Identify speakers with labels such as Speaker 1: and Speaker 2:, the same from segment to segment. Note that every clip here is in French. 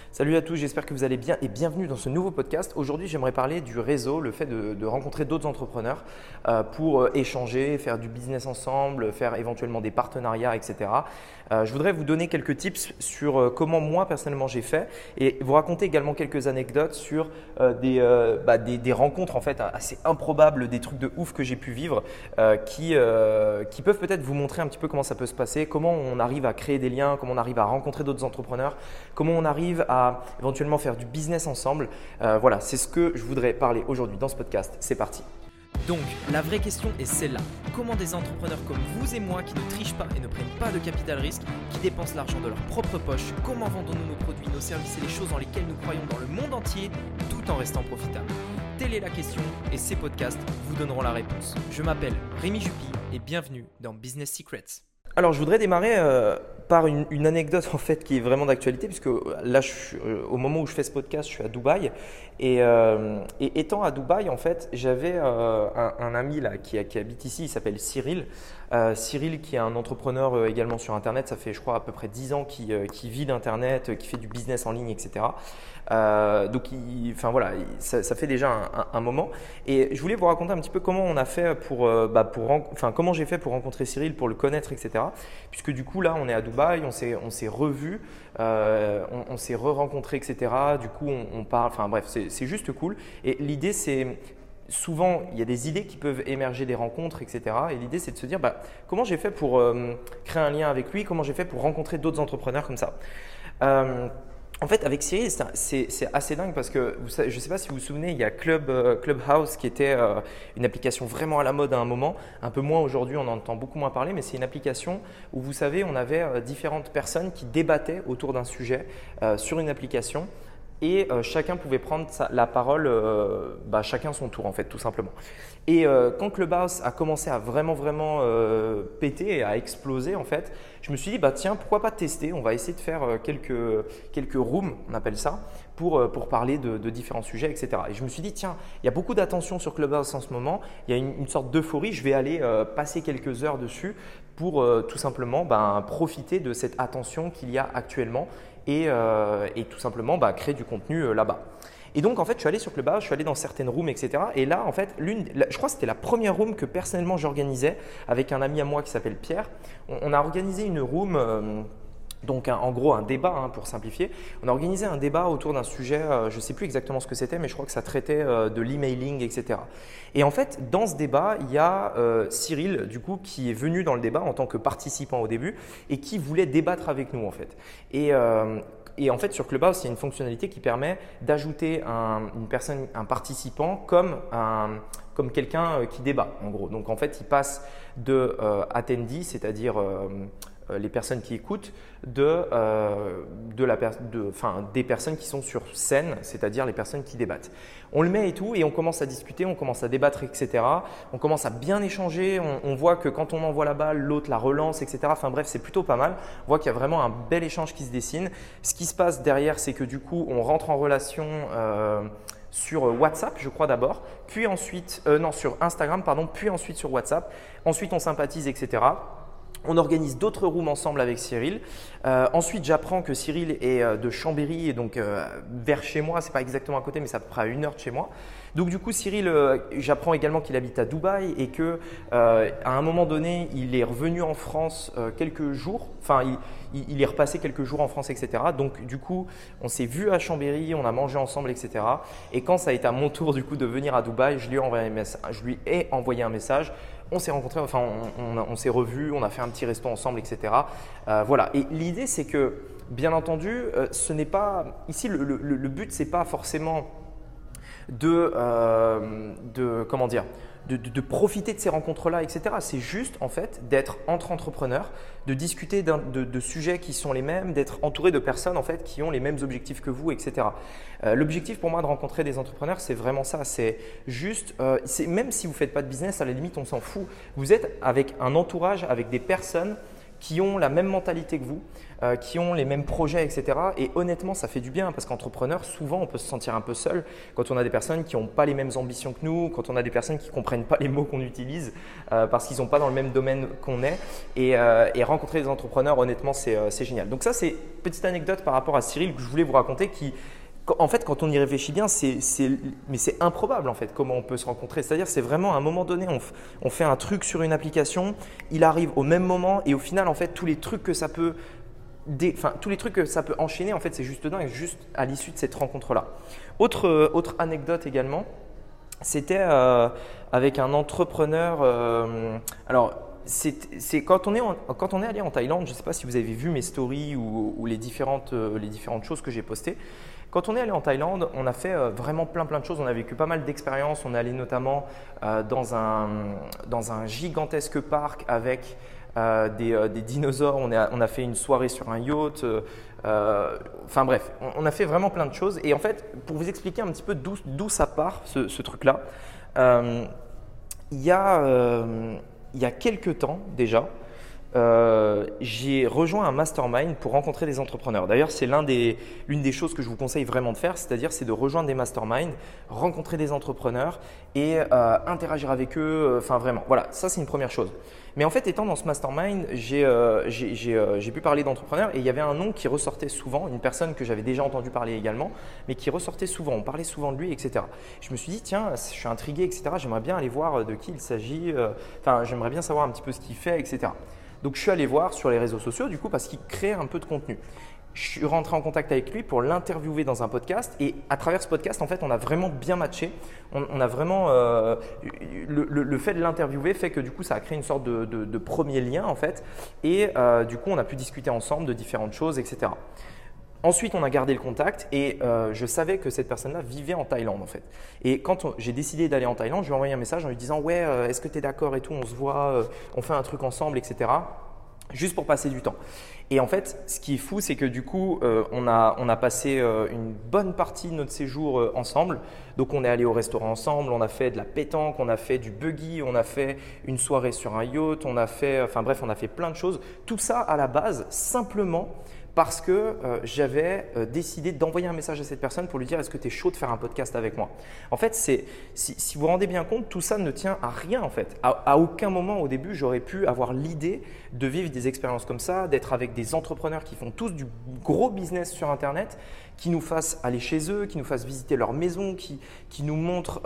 Speaker 1: Salut à tous, j'espère que vous allez bien et bienvenue dans ce nouveau podcast. Aujourd'hui, j'aimerais parler du réseau, le fait de rencontrer d'autres entrepreneurs pour échanger, faire du business ensemble, faire éventuellement des partenariats, etc. Je voudrais vous donner quelques tips sur comment moi personnellement j'ai fait et vous raconter également quelques anecdotes sur des rencontres en fait assez improbables, des trucs de ouf que j'ai pu vivre qui peuvent peut-être vous montrer un petit peu comment ça peut se passer, comment on arrive à créer des liens, comment on arrive à rencontrer d'autres entrepreneurs, comment on arrive à éventuellement faire du business ensemble. Voilà, c'est ce que je voudrais parler aujourd'hui dans ce podcast. C'est parti.
Speaker 2: Donc, la vraie question est celle-là. Comment des entrepreneurs comme vous et moi qui ne trichent pas et ne prennent pas de capital risque, qui dépensent l'argent de leur propre poche, comment vendons-nous nos produits, nos services et les choses dans lesquelles nous croyons dans le monde entier, tout en restant profitables? Telle est la question et ces podcasts vous donneront la réponse. Je m'appelle Rémi Jupy et bienvenue dans Business Secrets.
Speaker 1: Alors, je voudrais démarrer par une anecdote en fait qui est vraiment d'actualité puisque là, au moment où je fais ce podcast, je suis à Dubaï et étant à Dubaï, en fait, j'avais un ami là qui habite ici, il s'appelle Cyril. Cyril qui est un entrepreneur également sur Internet, ça fait je crois à peu près 10 ans qu'il vit d'Internet, qui fait du business en ligne, etc. Donc, ça fait déjà un moment. Et je voulais vous raconter un petit peu comment on a fait comment j'ai fait pour rencontrer Cyril, pour le connaître, etc. Puisque du coup là, on est à Dubaï, on s'est revus, on s'est re-rencontrés, etc. Du coup, on parle. Enfin bref, c'est juste cool. Et l'idée, c'est souvent, il y a des idées qui peuvent émerger des rencontres, etc. Et l'idée, c'est de se dire comment j'ai fait pour créer un lien avec lui, comment j'ai fait pour rencontrer d'autres entrepreneurs comme ça. En fait, avec Cyril, c'est assez dingue parce que je ne sais pas si vous vous souvenez, il y a Clubhouse qui était une application vraiment à la mode à un moment. Un peu moins aujourd'hui, on en entend beaucoup moins parler, mais c'est une application où vous savez, on avait différentes personnes qui débattaient autour d'un sujet sur une application. Et chacun pouvait prendre la parole, chacun son tour en fait, tout simplement. Et quand Clubhouse a commencé à vraiment péter et à exploser en fait, je me suis dit tiens, pourquoi pas tester, on va essayer de faire quelques rooms, on appelle ça, pour parler de différents sujets, etc. Et je me suis dit tiens, il y a beaucoup d'attention sur Clubhouse en ce moment, il y a une sorte d'euphorie, je vais aller passer quelques heures dessus pour tout simplement profiter de cette attention qu'il y a actuellement. Et tout simplement créer du contenu là-bas. Et donc, en fait, je suis allé sur Clubhouse, je suis allé dans certaines rooms, etc. Et là, en fait, je crois que c'était la première room que personnellement j'organisais avec un ami à moi qui s'appelle Pierre. On a organisé une room… Donc, en gros, un débat, pour simplifier. On a organisé un débat autour d'un sujet, je ne sais plus exactement ce que c'était, mais je crois que ça traitait de l'emailing, etc. Et en fait, dans ce débat, il y a Cyril, du coup, qui est venu dans le débat en tant que participant au début et qui voulait débattre avec nous, en fait. Et en fait, sur Clubhouse, il y a une fonctionnalité qui permet d'ajouter une personne, un participant comme quelqu'un qui débat, en gros. Donc, en fait, il passe de attendee, c'est-à-dire les personnes qui écoutent, des personnes qui sont sur scène, c'est-à-dire les personnes qui débattent. On le met et tout et on commence à discuter, on commence à débattre, etc. On commence à bien échanger, on voit que quand on envoie la balle, l'autre la relance, etc. Enfin bref, c'est plutôt pas mal. On voit qu'il y a vraiment un bel échange qui se dessine. Ce qui se passe derrière, c'est que du coup, on rentre en relation sur WhatsApp, je crois d'abord, puis ensuite, sur Instagram, pardon, puis ensuite sur WhatsApp. Ensuite, on sympathise, etc. On organise d'autres rooms ensemble avec Cyril. Ensuite, j'apprends que Cyril est de Chambéry et donc vers chez moi. C'est pas exactement à côté, mais c'est à peu près à 1 heure de chez moi. Donc du coup, Cyril, j'apprends également qu'il habite à Dubaï et que à un moment donné, il est revenu en France quelques jours. Enfin, il est repassé quelques jours en France, etc. Donc du coup, on s'est vu à Chambéry, on a mangé ensemble, etc. Et quand ça a été à mon tour du coup de venir à Dubaï, je lui ai envoyé un message. On s'est rencontrés, enfin on s'est revus, on a fait un petit resto ensemble, etc. Voilà. Et l'idée, c'est que, bien entendu, ce n'est pas… Ici, le but, ce n'est pas forcément de profiter de ces rencontres-là, etc. C'est juste en fait d'être entre entrepreneurs, de discuter de sujets qui sont les mêmes, d'être entouré de personnes en fait qui ont les mêmes objectifs que vous, etc. L'objectif pour moi de rencontrer des entrepreneurs, c'est vraiment ça. C'est juste, même si vous ne faites pas de business, à la limite, on s'en fout. Vous êtes avec un entourage, avec des personnes qui ont la même mentalité que vous, qui ont les mêmes projets, etc. Et honnêtement, ça fait du bien parce qu'entrepreneur, souvent, on peut se sentir un peu seul quand on a des personnes qui n'ont pas les mêmes ambitions que nous, quand on a des personnes qui ne comprennent pas les mots qu'on utilise parce qu'ils ne sont pas dans le même domaine qu'on est. Et rencontrer des entrepreneurs, honnêtement, c'est génial. Donc ça, c'est une petite anecdote par rapport à Cyril que je voulais vous raconter qui… En fait, quand on y réfléchit bien, mais c'est improbable en fait comment on peut se rencontrer. C'est-à-dire, c'est vraiment à un moment donné, on fait un truc sur une application, il arrive au même moment et au final, en fait, tous les trucs que ça peut enchaîner, en fait, c'est juste dingue, juste à l'issue de cette rencontre-là. Autre anecdote également, c'était avec un entrepreneur. Alors, c'est quand on est allé en Thaïlande, je ne sais pas si vous avez vu mes stories ou les différentes choses que j'ai postées. Quand on est allé en Thaïlande, on a fait vraiment plein de choses. On a vécu pas mal d'expériences. On est allé notamment dans un gigantesque parc avec des dinosaures. On a fait une soirée sur un yacht. Enfin bref, on a fait vraiment plein de choses. Et en fait, pour vous expliquer un petit peu d'où ça part, ce truc-là, il y a quelques temps déjà, j'ai rejoint un mastermind pour rencontrer des entrepreneurs. D'ailleurs, c'est l'une des choses que je vous conseille vraiment de faire, c'est de rejoindre des masterminds, rencontrer des entrepreneurs et interagir avec eux. Enfin, vraiment, voilà, ça c'est une première chose. Mais en fait, étant dans ce mastermind, j'ai pu parler d'entrepreneurs et il y avait un nom qui ressortait souvent, une personne que j'avais déjà entendu parler également, mais qui ressortait souvent. On parlait souvent de lui, etc. Je me suis dit, tiens, je suis intrigué, etc. J'aimerais bien aller voir de qui il s'agit. Enfin, j'aimerais bien savoir un petit peu ce qu'il fait, etc. Donc, je suis allé voir sur les réseaux sociaux du coup parce qu'il crée un peu de contenu. Je suis rentré en contact avec lui pour l'interviewer dans un podcast et à travers ce podcast, en fait, on a vraiment bien matché. On a vraiment le fait de l'interviewer fait que du coup, ça a créé une sorte de premier lien en fait et du coup, on a pu discuter ensemble de différentes choses, etc. Ensuite, on a gardé le contact et je savais que cette personne-là vivait en Thaïlande en fait. Et quand j'ai décidé d'aller en Thaïlande, je lui ai envoyé un message en lui disant « Ouais, est-ce que tu es d'accord et tout, on se voit, on fait un truc ensemble, etc. » Juste pour passer du temps. Et en fait, ce qui est fou, c'est que du coup, on a passé une bonne partie de notre séjour ensemble. Donc, on est allé au restaurant ensemble, on a fait de la pétanque, on a fait du buggy, on a fait une soirée sur un yacht, on a fait plein de choses. Tout ça à la base, simplement parce que j'avais décidé d'envoyer un message à cette personne pour lui dire « Est-ce que tu es chaud de faire un podcast avec moi ?» En fait, si vous vous rendez bien compte, tout ça ne tient à rien en fait. À aucun moment au début, j'aurais pu avoir l'idée de vivre des expériences comme ça, d'être avec des entrepreneurs qui font tous du gros business sur Internet, qui nous fassent aller chez eux, qui nous fassent visiter leur maison, qui nous montrent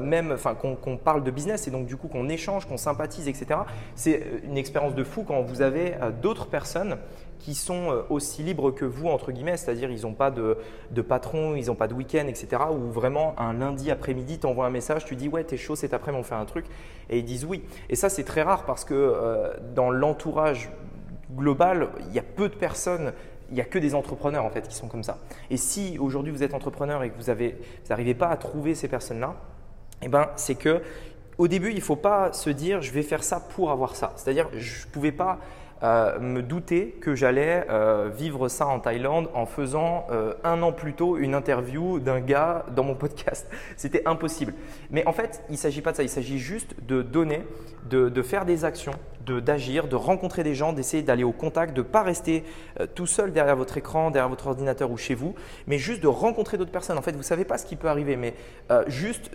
Speaker 1: qu'on parle de business et donc du coup qu'on échange, qu'on sympathise, etc. C'est une expérience de fou quand vous avez d'autres personnes qui sont aussi libres que vous, entre guillemets, c'est-à-dire ils n'ont pas de patron, ils n'ont pas de week-end, etc. Ou vraiment un lundi après-midi, tu envoies un message, tu dis « Ouais, t'es chaud cet après-midi, on fait un truc » et ils disent oui. Et ça, c'est très rare parce que dans l'entourage global, il y a peu de personnes. Il n'y a que des entrepreneurs en fait qui sont comme ça. Et si aujourd'hui vous êtes entrepreneur et que vous n'arrivez pas à trouver ces personnes-là, eh ben, c'est que au début, il ne faut pas se dire « je vais faire ça pour avoir ça ». C'est-à-dire, je ne pouvais pas me douter que j'allais vivre ça en Thaïlande en faisant un an plus tôt une interview d'un gars dans mon podcast. C'était impossible. Mais en fait, il ne s'agit pas de ça. Il s'agit juste de donner, de faire des actions, d'agir, de rencontrer des gens, d'essayer d'aller au contact, de ne pas rester tout seul derrière votre écran, derrière votre ordinateur ou chez vous, mais juste de rencontrer d'autres personnes. En fait, vous ne savez pas ce qui peut arriver, mais juste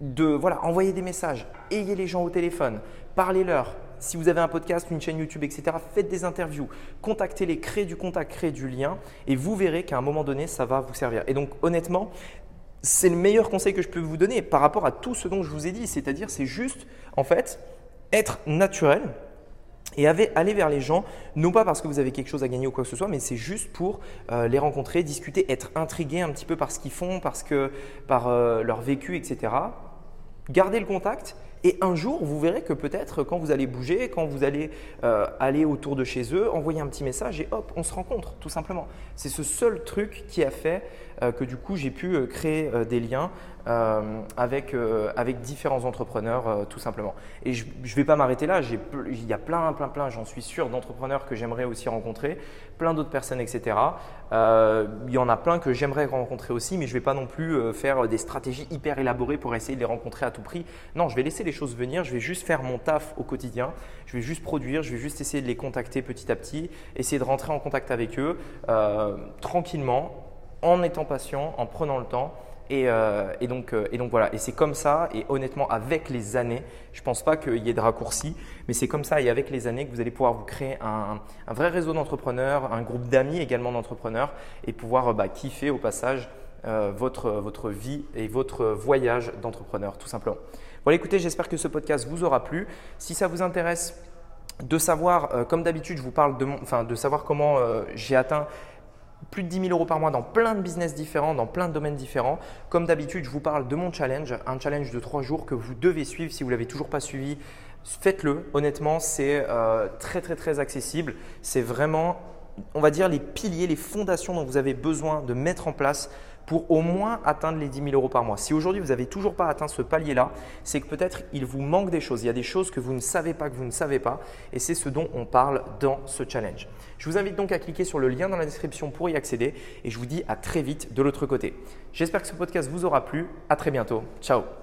Speaker 1: envoyer des messages, ayez les gens au téléphone, parlez-leur. Si vous avez un podcast, une chaîne YouTube, etc., faites des interviews, contactez-les, créez du contact, créez du lien et vous verrez qu'à un moment donné, ça va vous servir. Et donc, honnêtement, c'est le meilleur conseil que je peux vous donner par rapport à tout ce dont je vous ai dit. C'est-à-dire, c'est juste, en fait, être naturel et aller vers les gens, non pas parce que vous avez quelque chose à gagner ou quoi que ce soit, mais c'est juste pour les rencontrer, discuter, être intrigué un petit peu par ce qu'ils font, par leur vécu, etc. Gardez le contact. Et un jour, vous verrez que peut-être quand vous allez bouger, quand vous allez aller autour de chez eux, envoyer un petit message et hop, on se rencontre tout simplement. C'est ce seul truc qui a fait que du coup, j'ai pu créer des liens avec différents entrepreneurs tout simplement. Et je ne vais pas m'arrêter là, il y a plein, j'en suis sûr, d'entrepreneurs que j'aimerais aussi rencontrer, plein d'autres personnes, etc. Il y en a plein que j'aimerais rencontrer aussi, mais je ne vais pas non plus faire des stratégies hyper élaborées pour essayer de les rencontrer à tout prix. Non, je vais laisser les les choses venir, je vais juste faire mon taf au quotidien, je vais juste produire, je vais juste essayer de les contacter petit à petit, essayer de rentrer en contact avec eux tranquillement, en étant patient, en prenant le temps. Et donc voilà, et c'est comme ça, et honnêtement avec les années, je ne pense pas qu'il y ait de raccourcis, mais c'est comme ça et avec les années que vous allez pouvoir vous créer un vrai réseau d'entrepreneurs, un groupe d'amis également d'entrepreneurs et pouvoir kiffer au passage votre vie et votre voyage d'entrepreneur tout simplement. Voilà, écoutez, j'espère que ce podcast vous aura plu. Si ça vous intéresse de savoir, comme d'habitude, je vous parle de savoir comment j'ai atteint plus de 10 000 € par mois dans plein de business différents, dans plein de domaines différents. Comme d'habitude, je vous parle de mon challenge, un challenge de 3 jours que vous devez suivre. Si vous ne l'avez toujours pas suivi, faites-le. Honnêtement, c'est très, très, très accessible. C'est vraiment, on va dire, les piliers, les fondations dont vous avez besoin de mettre en place pour au moins atteindre les 10 000 € par mois. Si aujourd'hui, vous n'avez toujours pas atteint ce palier-là, c'est que peut-être il vous manque des choses. Il y a des choses que vous ne savez pas, et c'est ce dont on parle dans ce challenge. Je vous invite donc à cliquer sur le lien dans la description pour y accéder et je vous dis à très vite de l'autre côté. J'espère que ce podcast vous aura plu. À très bientôt. Ciao.